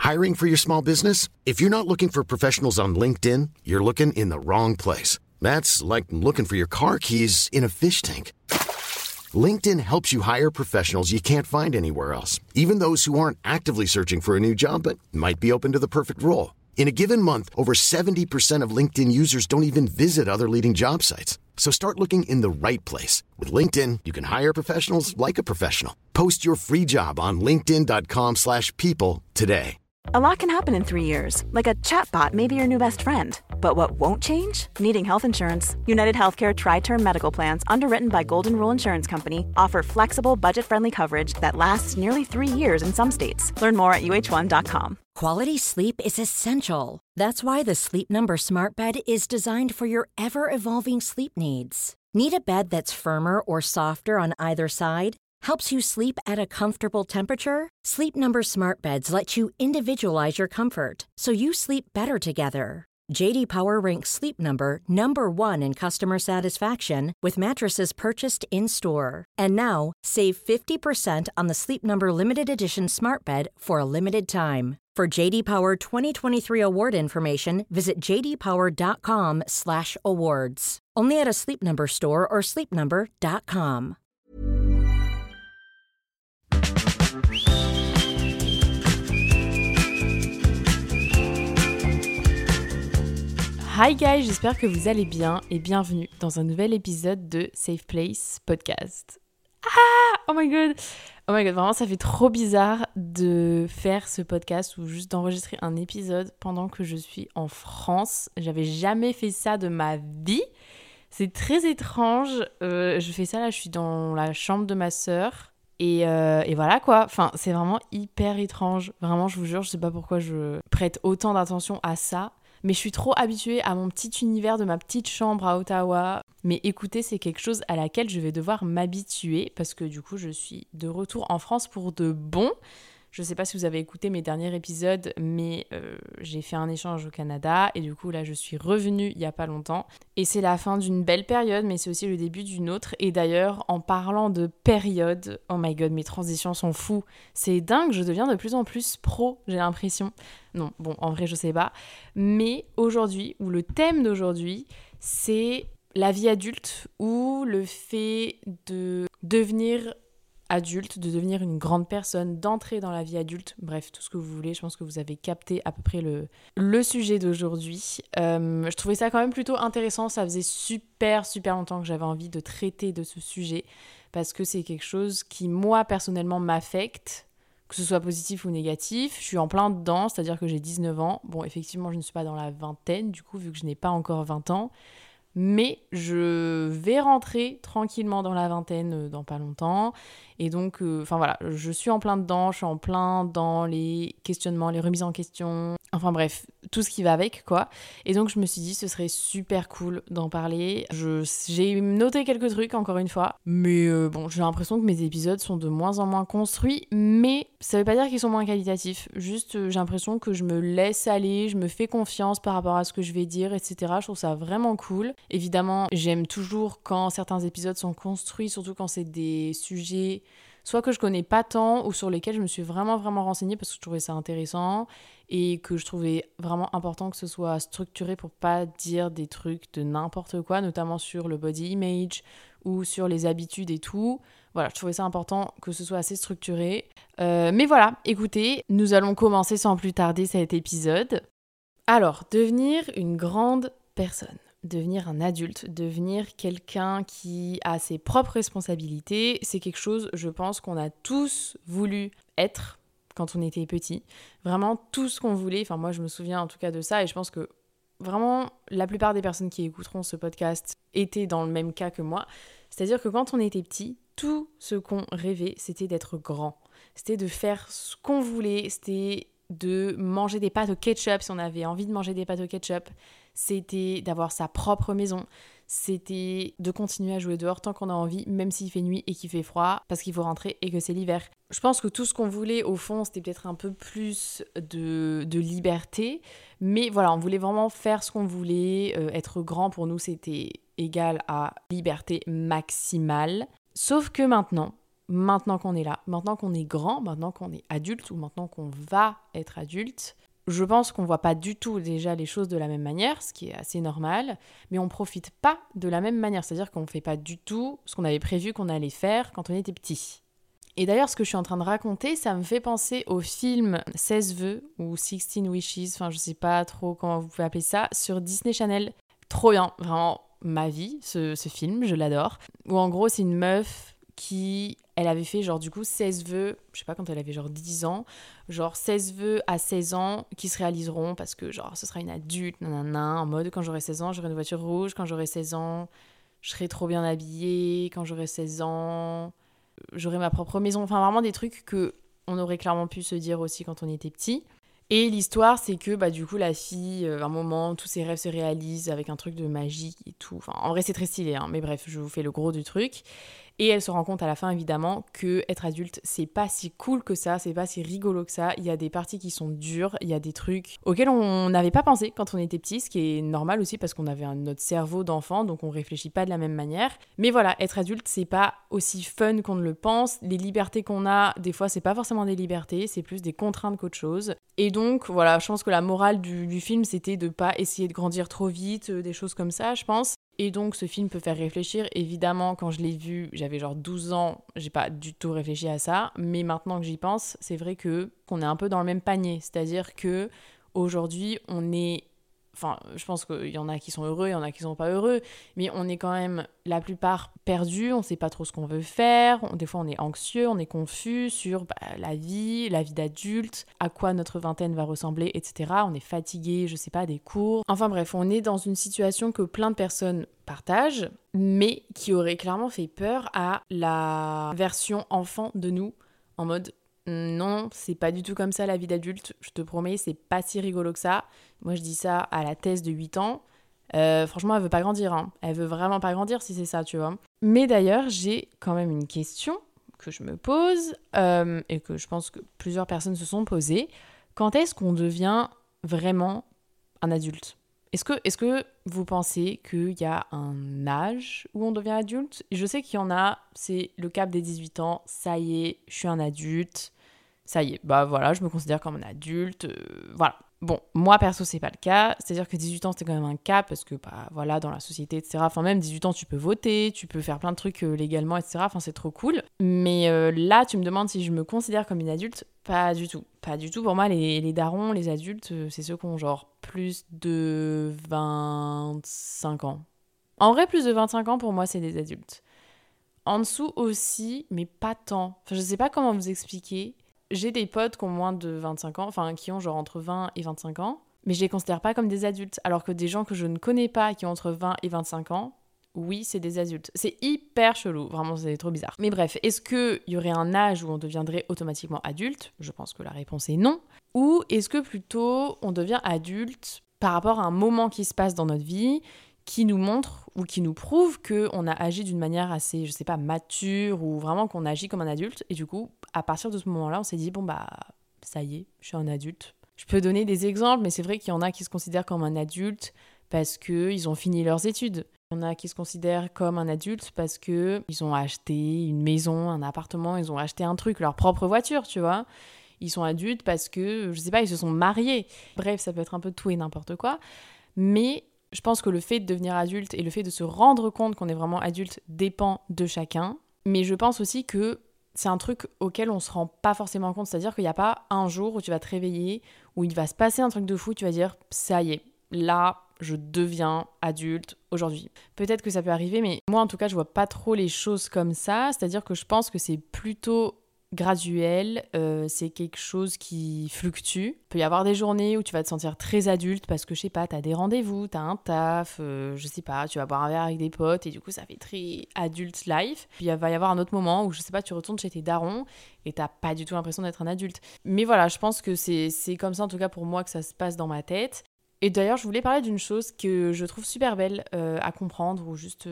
Hiring for your small business? If you're not looking for professionals on LinkedIn, you're looking in the wrong place. That's like looking for your car keys in a fish tank. LinkedIn helps you hire professionals you can't find anywhere else, even those who aren't actively searching for a new job but might be open to the perfect role. In a given month, over 70% of LinkedIn users don't even visit other leading job sites. So start looking in the right place. With LinkedIn, you can hire professionals like a professional. Post your free job on linkedin.com/people today. A lot can happen in 3 years, like a chatbot may be your new best friend. But what won't change? Needing health insurance. United Healthcare Tri-Term Medical Plans, underwritten by Golden Rule Insurance Company, offer flexible, budget-friendly coverage that lasts nearly 3 years in some states. Learn more at uh1.com. Quality sleep is essential. That's why the Sleep Number Smart Bed is designed for your ever-evolving sleep needs. Need a bed that's firmer or softer on either side? Helps you sleep at a comfortable temperature? Sleep Number Smart Beds let you individualize your comfort, so you sleep better together. J.D. Power ranks Sleep Number number 1 in customer satisfaction with mattresses purchased in-store. And now, save 50% on the Sleep Number Limited Edition Smart Bed for a limited time. For J.D. Power 2023 award information, visit jdpower.com/awards. Only at a Sleep Number store or sleepnumber.com. Hi guys, j'espère que vous allez bien et bienvenue dans un nouvel épisode de Safe Place Podcast. Oh my god, vraiment ça fait trop bizarre de faire ce podcast ou juste d'enregistrer un épisode pendant que je suis en France. J'avais jamais fait ça de ma vie. C'est très étrange. Je fais ça là, je suis dans la chambre de ma sœur. Et voilà quoi, enfin c'est vraiment hyper étrange. Vraiment je vous jure, je sais pas pourquoi je prête autant d'attention à ça. Mais je suis trop habituée à mon petit univers de ma petite chambre à Ottawa. Mais écoutez, c'est quelque chose à laquelle je vais devoir m'habituer parce que du coup, je suis de retour en France pour de bon. Je sais pas si vous avez écouté mes derniers épisodes, mais j'ai fait un échange au Canada et du coup, là, je suis revenue il y a pas longtemps. Et c'est la fin d'une belle période, mais c'est aussi le début d'une autre. Et d'ailleurs, en parlant de période, oh my god, mes transitions sont fous. C'est dingue, je deviens de plus en plus pro, j'ai l'impression. Non, bon, en vrai, je sais pas. Mais aujourd'hui, ou le thème d'aujourd'hui, c'est la vie adulte ou le fait de devenir adulte, de devenir une grande personne, d'entrer dans la vie adulte, bref, tout ce que vous voulez, je pense que vous avez capté à peu près le sujet d'aujourd'hui. Je trouvais ça quand même plutôt intéressant, ça faisait super longtemps que j'avais envie de traiter de ce sujet, parce que c'est quelque chose qui, moi, personnellement, m'affecte, que ce soit positif ou négatif. Je suis en plein dedans, c'est-à-dire que j'ai 19 ans. Bon, effectivement, je ne suis pas dans la vingtaine, du coup, vu que je n'ai pas encore 20 ans. Mais je vais rentrer tranquillement dans la vingtaine dans pas longtemps. Et donc, voilà, je suis en plein dedans, je suis en plein dans les questionnements, les remises en question. Enfin bref, tout ce qui va avec, quoi. Et donc, je me suis dit, ce serait super cool d'en parler. J'ai noté quelques trucs, encore une fois. Mais bon, j'ai l'impression que mes épisodes sont de moins en moins construits. Mais ça veut pas dire qu'ils sont moins qualitatifs. Juste, j'ai l'impression que je me laisse aller, je me fais confiance par rapport à ce que je vais dire, etc. Je trouve ça vraiment cool. Évidemment, j'aime toujours quand certains épisodes sont construits, surtout quand c'est des sujets soit que je connais pas tant ou sur lesquels je me suis vraiment renseignée parce que je trouvais ça intéressant et que je trouvais vraiment important que ce soit structuré pour pas dire des trucs de n'importe quoi, notamment sur le body image ou sur les habitudes et tout. Voilà, je trouvais ça important que ce soit assez structuré. Mais voilà, écoutez, nous allons commencer sans plus tarder cet épisode. Alors, devenir une grande personne. Devenir un adulte, devenir quelqu'un qui a ses propres responsabilités, c'est quelque chose, je pense, qu'on a tous voulu être quand on était petit. Vraiment tout ce qu'on voulait, enfin moi je me souviens en tout cas de ça et je pense que vraiment la plupart des personnes qui écouteront ce podcast étaient dans le même cas que moi. C'est-à-dire que quand on était petit, tout ce qu'on rêvait, c'était d'être grand. C'était de faire ce qu'on voulait, c'était de manger des pâtes au ketchup si on avait envie de manger des pâtes au ketchup. C'était d'avoir sa propre maison, c'était de continuer à jouer dehors tant qu'on a envie, même s'il fait nuit et qu'il fait froid, parce qu'il faut rentrer et que c'est l'hiver. Je pense que tout ce qu'on voulait, au fond, c'était peut-être un peu plus de liberté, mais voilà, on voulait vraiment faire ce qu'on voulait, être grand pour nous, c'était égal à liberté maximale. Sauf que maintenant, maintenant qu'on est là, maintenant qu'on est grand, maintenant qu'on est adulte ou maintenant qu'on va être adulte, je pense qu'on voit pas du tout déjà les choses de la même manière, ce qui est assez normal, mais on profite pas de la même manière, c'est-à-dire qu'on fait pas du tout ce qu'on avait prévu qu'on allait faire quand on était petit. Et d'ailleurs, ce que je suis en train de raconter, ça me fait penser au film 16 vœux ou 16 wishes, enfin je sais pas trop comment vous pouvez appeler ça, sur Disney Channel. Trop bien, vraiment ma vie, ce film, je l'adore. Où en gros, c'est une meuf qui, elle avait fait genre du coup 16 vœux, je sais pas quand elle avait genre 10 ans, genre 16 vœux à 16 ans qui se réaliseront parce que genre ce sera une adulte, nanana, en mode quand j'aurai 16 ans, j'aurai une voiture rouge, quand j'aurai 16 ans, je serai trop bien habillée, quand j'aurai 16 ans, j'aurai ma propre maison, enfin vraiment des trucs que on aurait clairement pu se dire aussi quand on était petit. Et l'histoire, c'est que bah, du coup, la fille, à un moment, tous ses rêves se réalisent avec un truc de magique et tout. Enfin, en vrai, c'est très stylé, hein, mais bref, je vous fais le gros du truc. Et elle se rend compte à la fin, évidemment, que être adulte, c'est pas si cool que ça, c'est pas si rigolo que ça. Il y a des parties qui sont dures, il y a des trucs auxquels on n'avait pas pensé quand on était petit, ce qui est normal aussi parce qu'on avait notre cerveau d'enfant, donc on réfléchit pas de la même manière. Mais voilà, être adulte, c'est pas aussi fun qu'on ne le pense. Les libertés qu'on a, des fois, c'est pas forcément des libertés, c'est plus des contraintes qu'autre chose. Et donc, voilà, je pense que la morale du film, c'était de pas essayer de grandir trop vite, des choses comme ça, je pense. Et donc, ce film peut faire réfléchir. Évidemment, quand je l'ai vu, j'avais genre 12 ans, j'ai pas du tout réfléchi à ça. Mais maintenant que j'y pense, c'est vrai qu'on est un peu dans le même panier. C'est-à-dire que aujourd'hui, on est... Enfin, je pense qu'il y en a qui sont heureux, il y en a qui sont pas heureux, mais on est quand même la plupart perdus, on sait pas trop ce qu'on veut faire, des fois on est anxieux, on est confus sur la vie d'adulte, à quoi notre vingtaine va ressembler, etc. On est fatigué, je sais pas, des cours. Enfin bref, on est dans une situation que plein de personnes partagent, mais qui aurait clairement fait peur à la version enfant de nous, en mode... Non, c'est pas du tout comme ça la vie d'adulte, je te promets, c'est pas si rigolo que ça. Moi je dis ça à la thèse de 8 ans. Franchement, elle veut pas grandir, hein. Elle veut vraiment pas grandir si c'est ça, tu vois. Mais d'ailleurs, j'ai quand même une question que je me pose et que je pense que plusieurs personnes se sont posées. Quand est-ce qu'on devient vraiment un adulte ? Est-ce que vous pensez qu'il y a un âge où on devient adulte ? Je sais qu'il y en a, c'est le cap des 18 ans, ça y est, je suis un adulte. Ça y est, bah voilà, je me considère comme un adulte, voilà. Bon, moi perso, c'est pas le cas, c'est-à-dire que 18 ans, c'était quand même un cap, parce que, bah voilà, dans la société, etc. Enfin, même 18 ans, tu peux voter, tu peux faire plein de trucs légalement, etc. Enfin, c'est trop cool. Mais là, tu me demandes si je me considère comme une adulte, pas du tout. Pas du tout. Pour moi, les darons, les adultes, c'est ceux qui ont genre plus de 25 ans. En vrai, plus de 25 ans, pour moi, c'est des adultes. En dessous aussi, mais pas tant. Enfin, je sais pas comment vous expliquer. J'ai des potes qui ont moins de 25 ans, enfin qui ont genre entre 20 et 25 ans, mais je les considère pas comme des adultes, alors que des gens que je ne connais pas qui ont entre 20 et 25 ans, oui, c'est des adultes. C'est hyper chelou, vraiment, c'est trop bizarre. Mais bref, est-ce qu'il y aurait un âge où on deviendrait automatiquement adulte ? Je pense que la réponse est non. Ou est-ce que plutôt on devient adulte par rapport à un moment qui se passe dans notre vie, qui nous montre ou qui nous prouve qu'on a agi d'une manière assez, je sais pas, mature ou vraiment qu'on agit comme un adulte. Et du coup, à partir de ce moment-là, on s'est dit, bon bah, ça y est, je suis un adulte. Je peux donner des exemples, mais c'est vrai qu'il y en a qui se considèrent comme un adulte parce qu'ils ont fini leurs études. Il y en a qui se considèrent comme un adulte parce qu'ils ont acheté une maison, un appartement, ils ont acheté un truc, leur propre voiture, tu vois. Ils sont adultes parce que, je sais pas, ils se sont mariés. Bref, ça peut être un peu tout et n'importe quoi. Mais je pense que le fait de devenir adulte et le fait de se rendre compte qu'on est vraiment adulte dépend de chacun. Mais je pense aussi que c'est un truc auquel on se rend pas forcément compte. C'est-à-dire qu'il n'y a pas un jour où tu vas te réveiller, où il va se passer un truc de fou, tu vas dire « ça y est, là, je deviens adulte aujourd'hui ». Peut-être que ça peut arriver, mais moi en tout cas, je vois pas trop les choses comme ça. C'est-à-dire que je pense que c'est plutôt graduel, c'est quelque chose qui fluctue. Il peut y avoir des journées où tu vas te sentir très adulte parce que, je sais pas, t'as des rendez-vous, t'as un taf, je sais pas, tu vas boire un verre avec des potes et du coup ça fait très adulte life. Puis il va y avoir un autre moment où, je sais pas, tu retournes chez tes darons et t'as pas du tout l'impression d'être un adulte. Mais voilà, je pense que c'est comme ça en tout cas pour moi que ça se passe dans ma tête. Et d'ailleurs, je voulais parler d'une chose que je trouve super belle à comprendre ou juste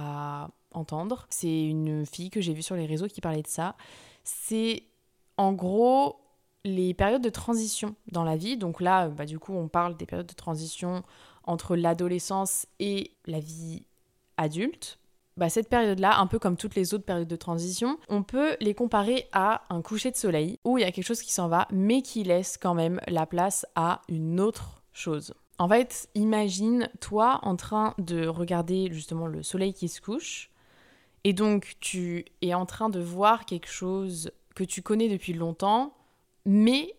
à entendre. C'est une fille que j'ai vue sur les réseaux qui parlait de ça. C'est en gros les périodes de transition dans la vie. Donc là, du coup, on parle des périodes de transition entre l'adolescence et la vie adulte. cette période-là, un peu comme toutes les autres périodes de transition, on peut les comparer à un coucher de soleil où il y a quelque chose qui s'en va, mais qui laisse quand même la place à une autre chose. En fait, imagine toi en train de regarder justement le soleil qui se couche, et donc tu es en train de voir quelque chose que tu connais depuis longtemps, mais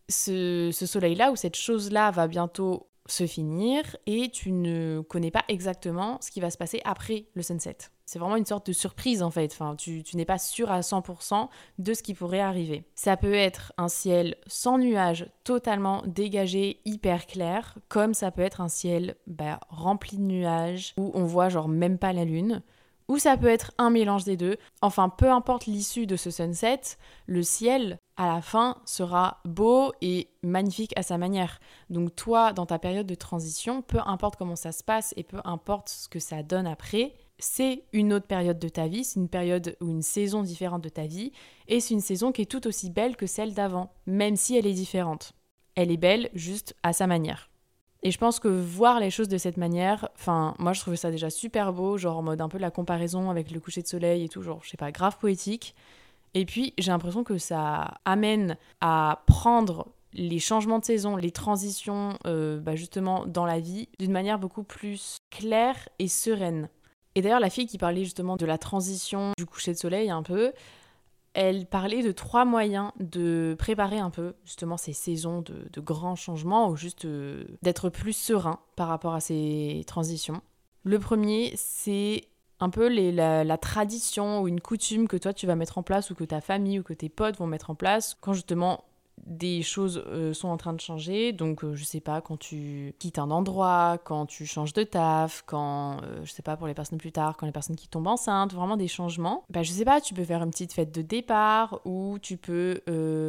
ce soleil-là ou cette chose-là va bientôt se finir et tu ne connais pas exactement ce qui va se passer après le sunset. C'est vraiment une sorte de surprise en fait, enfin, tu n'es pas sûr à 100% de ce qui pourrait arriver. Ça peut être un ciel sans nuages, totalement dégagé, hyper clair, comme ça peut être un ciel rempli de nuages, où on voit genre même pas la lune, ou ça peut être un mélange des deux. Enfin, peu importe l'issue de ce sunset, le ciel, à la fin, sera beau et magnifique à sa manière. Donc toi, dans ta période de transition, peu importe comment ça se passe et peu importe ce que ça donne après, c'est une autre période de ta vie, c'est une période ou une saison différente de ta vie, et c'est une saison qui est tout aussi belle que celle d'avant, même si elle est différente. Elle est belle juste à sa manière. Et je pense que voir les choses de cette manière, moi je trouvais ça déjà super beau, genre en mode un peu la comparaison avec le coucher de soleil et tout, genre je sais pas, grave poétique. Et puis j'ai l'impression que ça amène à prendre les changements de saison, les transitions justement dans la vie d'une manière beaucoup plus claire et sereine. Et d'ailleurs la fille qui parlait justement de la transition du coucher de soleil un peu, elle parlait de 3 moyens de préparer un peu justement ces saisons de grands changements ou juste d'être plus serein par rapport à ces transitions. Le premier, c'est un peu la tradition ou une coutume que toi tu vas mettre en place ou que ta famille ou que tes potes vont mettre en place quand justement des choses sont en train de changer, donc je sais pas, quand tu quittes un endroit, quand tu changes de taf, quand, je sais pas, pour les personnes plus tard, quand les personnes qui tombent enceintes, vraiment des changements, je sais pas, tu peux faire une petite fête de départ ou tu peux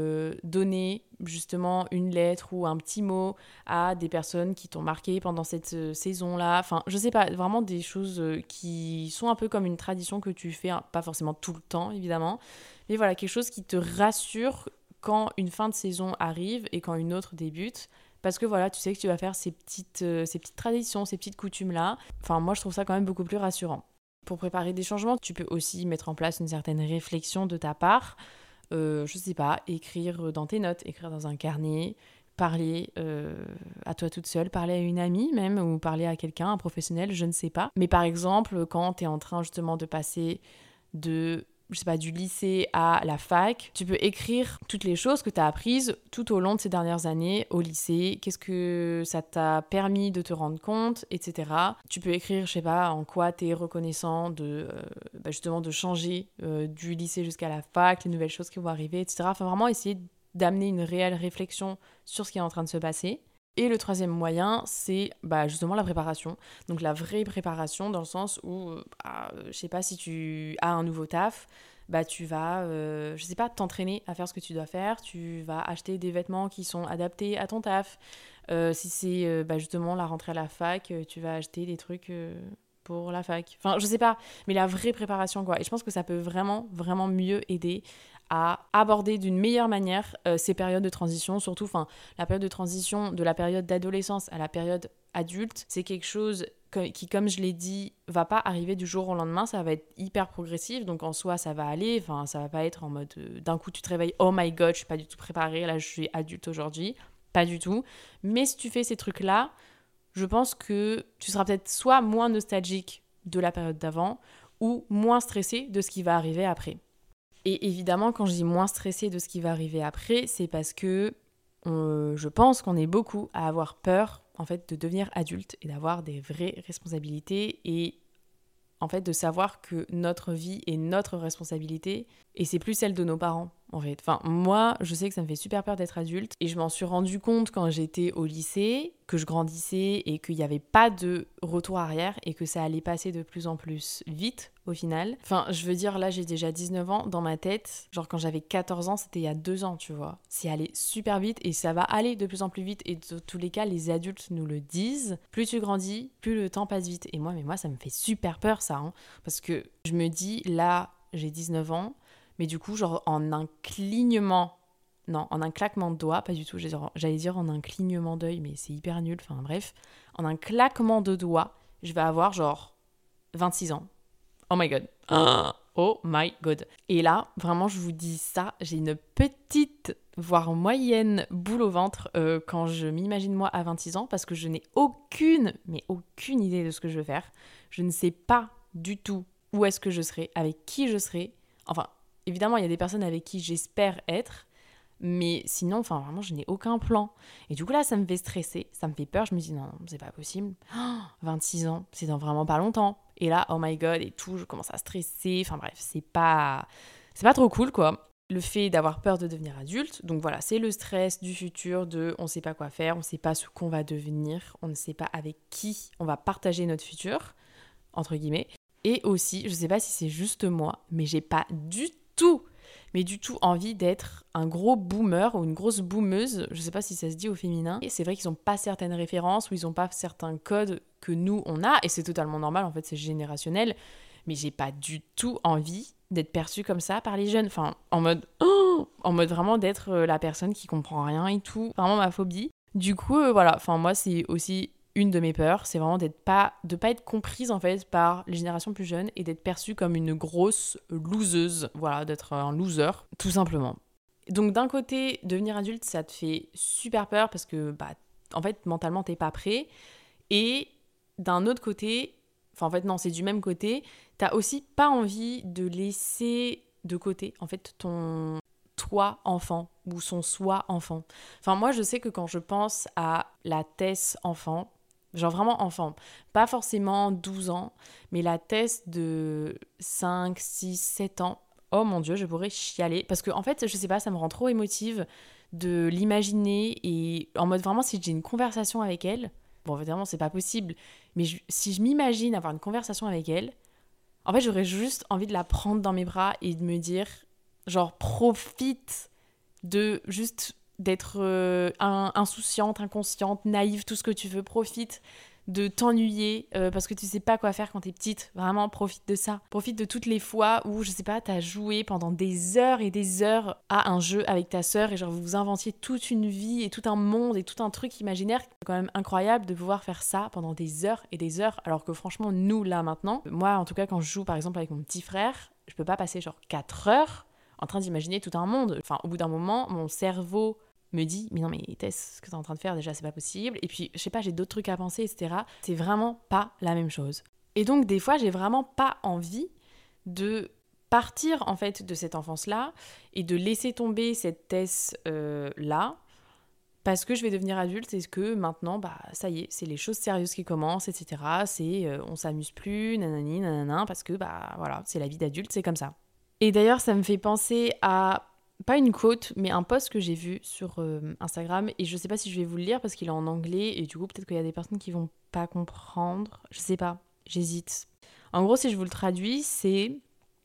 donner justement une lettre ou un petit mot à des personnes qui t'ont marqué pendant cette saison-là, enfin je sais pas, vraiment des choses qui sont un peu comme une tradition que tu fais, hein, pas forcément tout le temps évidemment, mais voilà, quelque chose qui te rassure quand une fin de saison arrive et quand une autre débute, parce que voilà, tu sais que tu vas faire ces petites traditions, ces petites coutumes-là. Enfin, moi, je trouve ça quand même beaucoup plus rassurant. Pour préparer des changements, tu peux aussi mettre en place une certaine réflexion de ta part. Je sais pas, écrire dans tes notes, écrire dans un carnet, parler à toi toute seule, parler à une amie même, ou parler à quelqu'un, un professionnel, je ne sais pas. Mais par exemple, quand tu es en train justement de passer du lycée à la fac, tu peux écrire toutes les choses que tu as apprises tout au long de ces dernières années au lycée, qu'est-ce que ça t'a permis de te rendre compte, etc. Tu peux écrire, je sais pas, en quoi tu es reconnaissant justement de changer du lycée jusqu'à la fac, les nouvelles choses qui vont arriver, etc. Enfin, vraiment essayer d'amener une réelle réflexion sur ce qui est en train de se passer. Et le troisième moyen, c'est justement la préparation. Donc la vraie préparation dans le sens où, je sais pas, si tu as un nouveau taf, tu vas, je sais pas, t'entraîner à faire ce que tu dois faire. Tu vas acheter des vêtements qui sont adaptés à ton taf. Si c'est justement la rentrée à la fac, tu vas acheter des trucs pour la fac. Enfin, je sais pas, mais la vraie préparation, quoi. Et je pense que ça peut vraiment, vraiment mieux aider à aborder d'une meilleure manière ces périodes de transition, surtout la période de transition de la période d'adolescence à la période adulte, c'est quelque chose qui, comme je l'ai dit, va pas arriver du jour au lendemain, ça va être hyper progressif, donc en soi ça va aller, ça va pas être en mode d'un coup tu te réveilles, oh my god, je suis pas du tout préparée, là je suis adulte aujourd'hui, pas du tout, mais si tu fais ces trucs-là, je pense que tu seras peut-être soit moins nostalgique de la période d'avant, ou moins stressé de ce qui va arriver après. Et évidemment, quand je dis moins stressé de ce qui va arriver après, c'est parce que je pense qu'on est beaucoup à avoir peur, en fait, de devenir adulte et d'avoir des vraies responsabilités et en fait de savoir que notre vie est notre responsabilité et c'est plus celle de nos parents, en fait. Enfin, moi, je sais que ça me fait super peur d'être adulte et je m'en suis rendu compte quand j'étais au lycée, que je grandissais et qu'il n'y avait pas de retour arrière et que ça allait passer de plus en plus vite au final. Enfin, je veux dire, là, j'ai déjà 19 ans dans ma tête. Genre, quand j'avais 14 ans, c'était il y a 2 ans, tu vois. C'est allé super vite et ça va aller de plus en plus vite. Et de tous les cas, les adultes nous le disent. Plus tu grandis, plus le temps passe vite. Et moi, ça me fait super peur, ça. Hein, parce que je me dis, là, j'ai 19 ans. Mais du coup, genre, en un claquement de doigts, pas du tout. J'allais dire en un clignement d'œil, mais c'est hyper nul. Enfin, bref. En un claquement de doigts, je vais avoir, genre, 26 ans. Oh my god. Oh my god. Et là, vraiment, je vous dis ça, j'ai une petite, voire moyenne boule au ventre quand je m'imagine moi à 26 ans parce que je n'ai aucune idée de ce que je veux faire. Je ne sais pas du tout où est-ce que je serai, avec qui je serai. Enfin, évidemment, il y a des personnes avec qui j'espère être, mais sinon, enfin, vraiment, je n'ai aucun plan. Et du coup, là, ça me fait stresser, ça me fait peur. Je me dis, non, c'est pas possible. 26 ans, c'est dans vraiment pas longtemps. Et là, oh my god, et tout, je commence à stresser. Enfin bref, c'est pas trop cool, quoi. Le fait d'avoir peur de devenir adulte. Donc voilà, c'est le stress du futur, on sait pas quoi faire, on sait pas ce qu'on va devenir, on ne sait pas avec qui on va partager notre futur, entre guillemets. Et aussi, je sais pas si c'est juste moi, mais j'ai pas du tout envie d'être un gros boomer ou une grosse boomeuse, je sais pas si ça se dit au féminin. Et c'est vrai qu'ils ont pas certaines références ou ils ont pas certains codes que nous on a, et c'est totalement normal, en fait c'est générationnel, mais j'ai pas du tout envie d'être perçue comme ça par les jeunes, enfin en mode vraiment d'être la personne qui comprend rien et tout, vraiment ma phobie. Du coup voilà, enfin moi c'est aussi une de mes peurs, c'est vraiment de pas être comprise en fait par les générations plus jeunes et d'être perçue comme une grosse loseuse, voilà, d'être un loser, tout simplement. Donc d'un côté, devenir adulte, ça te fait super peur parce que en fait mentalement t'es pas prêt, et d'un autre côté, enfin en fait non, c'est du même côté, t'as aussi pas envie de laisser de côté en fait ton toi enfant ou son soi enfant. Enfin moi je sais que quand je pense à la Tess enfant, genre vraiment enfant, pas forcément 12 ans, mais la Tess de 5, 6, 7 ans, oh mon Dieu, je pourrais chialer. Parce que en fait, je sais pas, ça me rend trop émotive de l'imaginer, et en mode vraiment si j'ai une conversation avec elle, bon évidemment c'est pas possible, mais si je m'imagine avoir une conversation avec elle, en fait j'aurais juste envie de la prendre dans mes bras et de me dire, genre profite de juste d'être insouciante, inconsciente, naïve, tout ce que tu veux, profite de t'ennuyer parce que tu sais pas quoi faire quand t'es petite, vraiment profite de ça. Profite de toutes les fois où, je sais pas, t'as joué pendant des heures et des heures à un jeu avec ta sœur et genre vous inventiez toute une vie et tout un monde et tout un truc imaginaire. C'est quand même incroyable de pouvoir faire ça pendant des heures et des heures, alors que franchement nous là maintenant, moi en tout cas quand je joue par exemple avec mon petit frère, je peux pas passer genre 4 heures en train d'imaginer tout un monde. Enfin au bout d'un moment, mon cerveau me dit mais non mais Tess, ce que t'es en train de faire déjà c'est pas possible, et puis je sais pas, j'ai d'autres trucs à penser, etc. C'est vraiment pas la même chose. Et donc des fois j'ai vraiment pas envie de partir en fait de cette enfance là et de laisser tomber cette Tess là parce que je vais devenir adulte et que maintenant ça y est, c'est les choses sérieuses qui commencent, etc. C'est on s'amuse plus, nanani nanana, parce que voilà, c'est la vie d'adulte, c'est comme ça. Et d'ailleurs ça me fait penser à pas une quote, mais un post que j'ai vu sur Instagram, et je sais pas si je vais vous le lire parce qu'il est en anglais et du coup peut-être qu'il y a des personnes qui vont pas comprendre, je sais pas, j'hésite. En gros si je vous le traduis, c'est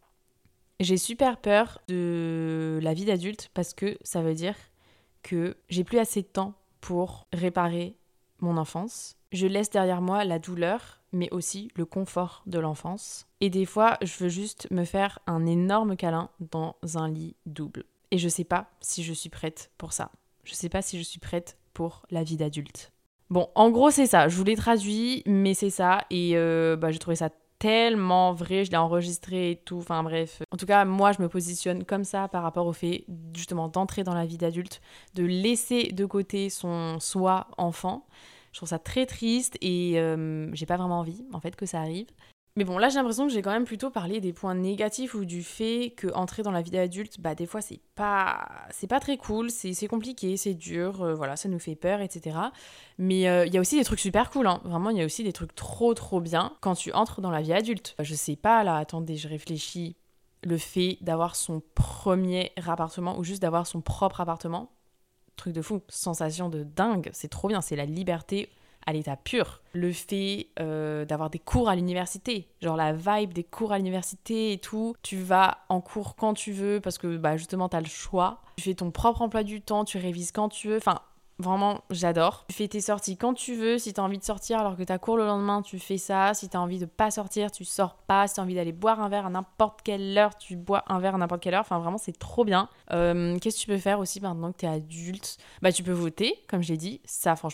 j'ai super peur de la vie d'adulte parce que ça veut dire que j'ai plus assez de temps pour réparer mon enfance. Je laisse derrière moi la douleur, mais aussi le confort de l'enfance. Et des fois, je veux juste me faire un énorme câlin dans un lit double. Et je sais pas si je suis prête pour ça. Je sais pas si je suis prête pour la vie d'adulte. Bon, en gros, c'est ça. Je vous l'ai traduit, mais c'est ça. Et j'ai trouvé ça tellement vrai. Je l'ai enregistré et tout. Enfin bref. En tout cas, moi, je me positionne comme ça par rapport au fait, justement, d'entrer dans la vie d'adulte, de laisser de côté son soi enfant. Je trouve ça très triste et j'ai pas vraiment envie, en fait, que ça arrive. Mais bon, là, j'ai l'impression que j'ai quand même plutôt parlé des points négatifs ou du fait qu'entrer dans la vie d'adulte, des fois, c'est pas très cool, c'est compliqué, c'est dur, voilà, ça nous fait peur, etc. Mais il y a aussi des trucs super cool, hein. Vraiment, il y a aussi des trucs trop, trop bien quand tu entres dans la vie adulte. Je sais pas, là, attendez, je réfléchis. Le fait d'avoir son premier appartement ou juste d'avoir son propre appartement, truc de fou, sensation de dingue, c'est trop bien, c'est la liberté à l'état pur. Le fait d'avoir des cours à l'université, genre la vibe des cours à l'université et tout, tu vas en cours quand tu veux parce que justement t'as le choix, tu fais ton propre emploi du temps, tu révises quand tu veux, enfin vraiment j'adore. Tu fais tes sorties quand tu veux, si t'as envie de sortir alors que t'as cours le lendemain, tu fais ça, si t'as envie de pas sortir, tu sors pas, si t'as envie d'aller boire un verre à n'importe quelle heure, tu bois un verre à n'importe quelle heure, enfin vraiment c'est trop bien. Qu'est-ce que tu peux faire aussi maintenant que t'es adulte ? Tu peux voter, comme j'ai dit, ça franchement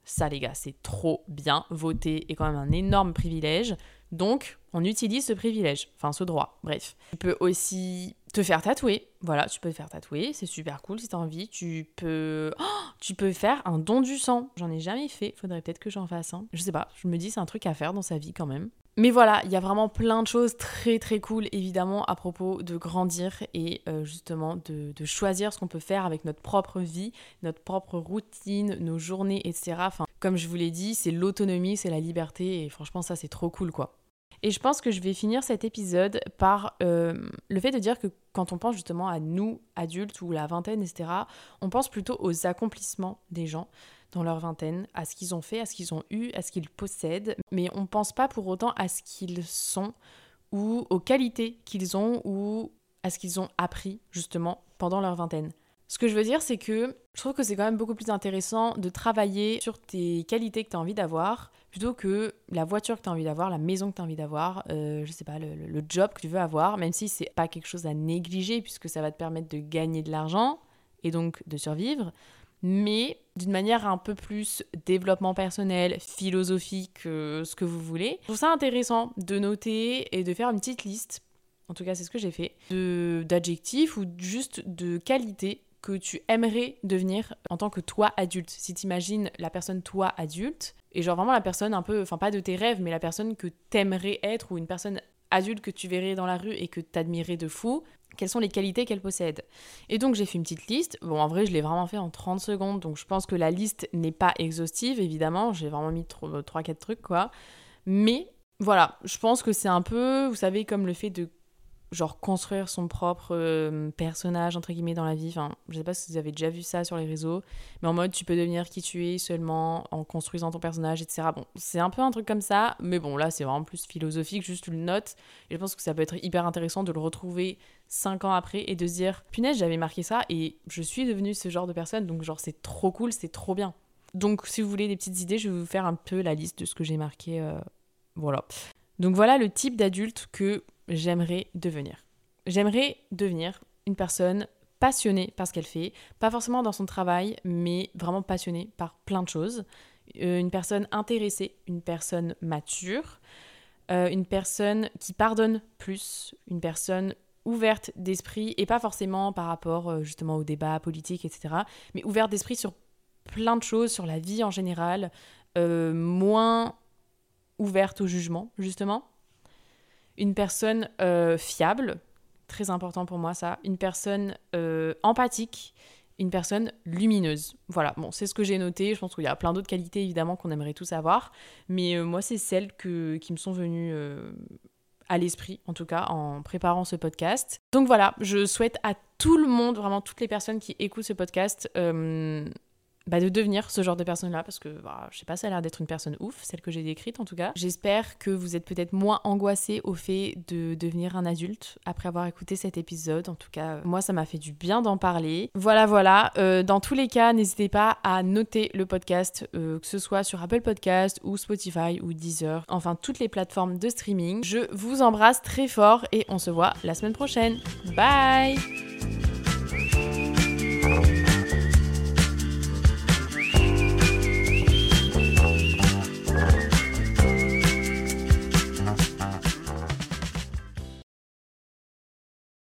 Ça les gars, c'est trop bien. Voter est quand même un énorme privilège. Donc, on utilise ce privilège, enfin ce droit, bref. Tu peux aussi te faire tatouer, voilà, tu peux te faire tatouer, c'est super cool si t'as envie. Tu peux faire un don du sang, j'en ai jamais fait, faudrait peut-être que j'en fasse un. Je sais pas, je me dis c'est un truc à faire dans sa vie quand même. Mais voilà, il y a vraiment plein de choses très très cool évidemment à propos de grandir et justement de choisir ce qu'on peut faire avec notre propre vie, notre propre routine, nos journées, etc. Enfin, comme je vous l'ai dit, c'est l'autonomie, c'est la liberté et franchement ça c'est trop cool quoi. Et je pense que je vais finir cet épisode par le fait de dire que quand on pense justement à nous, adultes ou la vingtaine, etc., on pense plutôt aux accomplissements des gens dans leur vingtaine, à ce qu'ils ont fait, à ce qu'ils ont eu, à ce qu'ils possèdent, mais on ne pense pas pour autant à ce qu'ils sont ou aux qualités qu'ils ont ou à ce qu'ils ont appris justement pendant leur vingtaine. Ce que je veux dire, c'est que je trouve que c'est quand même beaucoup plus intéressant de travailler sur tes qualités que tu as envie d'avoir plutôt que la voiture que tu as envie d'avoir, la maison que tu as envie d'avoir, je sais pas, le job que tu veux avoir, même si c'est pas quelque chose à négliger puisque ça va te permettre de gagner de l'argent et donc de survivre, mais d'une manière un peu plus développement personnel, philosophique, ce que vous voulez. Je trouve ça intéressant de noter et de faire une petite liste, en tout cas c'est ce que j'ai fait, d'adjectifs ou juste de qualités que tu aimerais devenir en tant que toi adulte. Si t'imagines la personne toi adulte, et genre vraiment la personne un peu, enfin pas de tes rêves, mais la personne que t'aimerais être ou une personne adulte que tu verrais dans la rue et que t'admirais de fou, quelles sont les qualités qu'elle possède. Et donc j'ai fait une petite liste. Bon, en vrai, je l'ai vraiment fait en 30 secondes, donc je pense que la liste n'est pas exhaustive, évidemment. J'ai vraiment mis 3-4 trucs, quoi. Mais voilà, je pense que c'est un peu, vous savez, comme le fait de genre construire son propre personnage entre guillemets dans la vie. Enfin, je sais pas si vous avez déjà vu ça sur les réseaux, mais en mode tu peux devenir qui tu es seulement en construisant ton personnage, etc. Bon, c'est un peu un truc comme ça, mais bon là c'est vraiment plus philosophique, juste une note. Et je pense que ça peut être hyper intéressant de le retrouver 5 ans après et de se dire punaise j'avais marqué ça et je suis devenue ce genre de personne, donc genre c'est trop cool, c'est trop bien. Donc si vous voulez des petites idées, je vais vous faire un peu la liste de ce que j'ai marqué, voilà. Donc voilà le type d'adulte que j'aimerais devenir. J'aimerais devenir une personne passionnée par ce qu'elle fait, pas forcément dans son travail, mais vraiment passionnée par plein de choses. Une personne intéressée, une personne mature, une personne qui pardonne plus, une personne ouverte d'esprit, et pas forcément par rapport justement au débat politique, etc., mais ouverte d'esprit sur plein de choses, sur la vie en général, moins ouverte au jugement, justement. Une personne fiable, très important pour moi ça, une personne empathique, une personne lumineuse. Voilà, bon, c'est ce que j'ai noté, je pense qu'il y a plein d'autres qualités évidemment qu'on aimerait tous avoir, mais moi c'est celles qui me sont venues à l'esprit, en tout cas, en préparant ce podcast. Donc voilà, je souhaite à tout le monde, vraiment toutes les personnes qui écoutent ce podcast, de devenir ce genre de personne-là, parce que, je sais pas, ça a l'air d'être une personne ouf, celle que j'ai décrite en tout cas. J'espère que vous êtes peut-être moins angoissés au fait de devenir un adulte après avoir écouté cet épisode. En tout cas, moi, ça m'a fait du bien d'en parler. Voilà. Dans tous les cas, n'hésitez pas à noter le podcast, que ce soit sur Apple Podcast ou Spotify ou Deezer, enfin toutes les plateformes de streaming. Je vous embrasse très fort et on se voit la semaine prochaine. Bye!